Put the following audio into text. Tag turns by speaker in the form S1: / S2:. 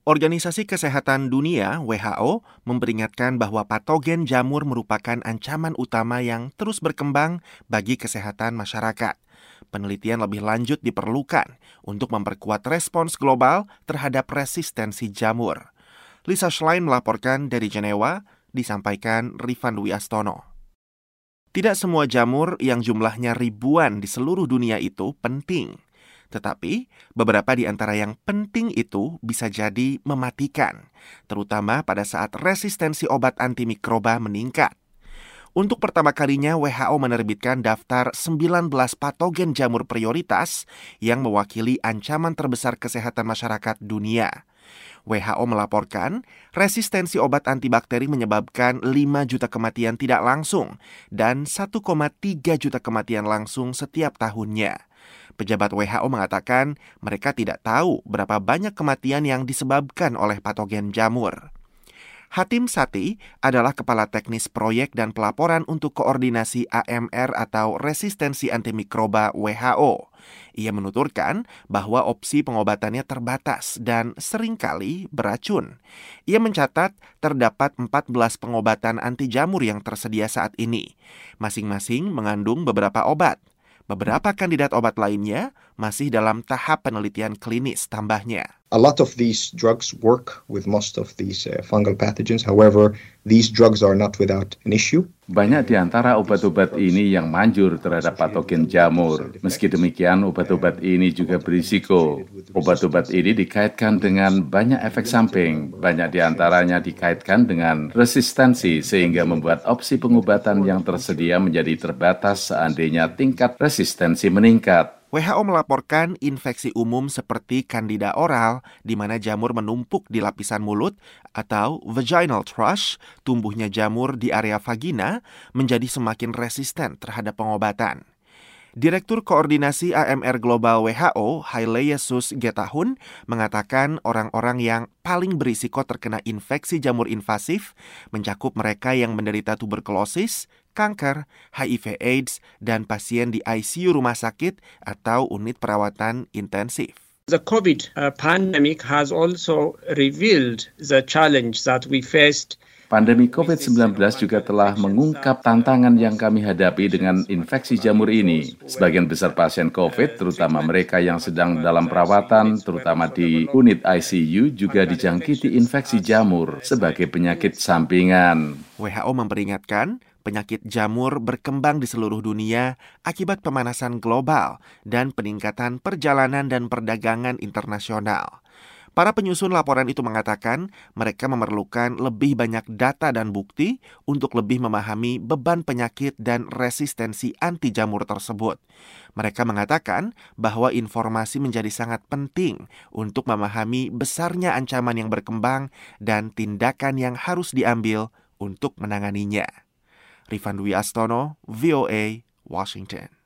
S1: Organisasi Kesehatan Dunia (WHO) memperingatkan bahwa patogen jamur merupakan ancaman utama yang terus berkembang bagi kesehatan masyarakat. Penelitian lebih lanjut diperlukan untuk memperkuat respons global terhadap resistensi jamur. Lisa Schlein melaporkan dari Jenewa, disampaikan Rifan Dwi Astono. Tidak semua jamur yang jumlahnya ribuan di seluruh dunia itu penting. Tetapi, beberapa di antara yang penting itu bisa jadi mematikan, terutama pada saat resistensi obat antimikroba meningkat. Untuk pertama kalinya, WHO menerbitkan daftar 19 patogen jamur prioritas yang mewakili ancaman terbesar kesehatan masyarakat dunia. WHO melaporkan, resistensi obat antibakteri menyebabkan 5 juta kematian tidak langsung dan 1,3 juta kematian langsung setiap tahunnya. Pejabat WHO mengatakan mereka tidak tahu berapa banyak kematian yang disebabkan oleh patogen jamur. Hatim Sati adalah Kepala Teknis Proyek dan Pelaporan untuk Koordinasi AMR atau Resistensi Antimikroba WHO. Ia menuturkan bahwa opsi pengobatannya terbatas dan seringkali beracun. Ia mencatat terdapat 14 pengobatan anti jamur yang tersedia saat ini. Masing-masing mengandung beberapa obat. Beberapa kandidat obat lainnya masih dalam tahap penelitian klinis, tambahnya.
S2: A lot of these drugs work with most of these fungal pathogens. However, these drugs are not without an issue.
S3: Banyak di antara obat-obat ini yang manjur terhadap patogen jamur. Meski demikian, obat-obat ini juga berisiko. Obat-obat ini dikaitkan dengan banyak efek samping. Banyak di antaranya dikaitkan dengan resistensi, sehingga membuat opsi pengobatan yang tersedia menjadi terbatas seandainya tingkat resistensi meningkat.
S1: WHO melaporkan infeksi umum seperti Candida oral, di mana jamur menumpuk di lapisan mulut, atau vaginal thrush, tumbuhnya jamur di area vagina, menjadi semakin resisten terhadap pengobatan. Direktur Koordinasi AMR Global WHO, Haile Yesus Getahun, mengatakan orang-orang yang paling berisiko terkena infeksi jamur invasif mencakup mereka yang menderita tuberkulosis, kanker, HIV/AIDS, dan pasien di ICU rumah sakit atau unit perawatan intensif.
S4: The COVID pandemic has also revealed the challenge that we faced.
S3: Pandemi COVID-19 juga telah mengungkap tantangan yang kami hadapi dengan infeksi jamur ini. Sebagian besar pasien COVID, terutama mereka yang sedang dalam perawatan, terutama di unit ICU, juga dijangkiti infeksi jamur sebagai penyakit sampingan.
S1: WHO memperingatkan, penyakit jamur berkembang di seluruh dunia akibat pemanasan global dan peningkatan perjalanan dan perdagangan internasional. Para penyusun laporan itu mengatakan mereka memerlukan lebih banyak data dan bukti untuk lebih memahami beban penyakit dan resistensi anti jamur tersebut. Mereka mengatakan bahwa informasi menjadi sangat penting untuk memahami besarnya ancaman yang berkembang dan tindakan yang harus diambil untuk menanganinya. Rifan Dwi Astono, VOA, Washington.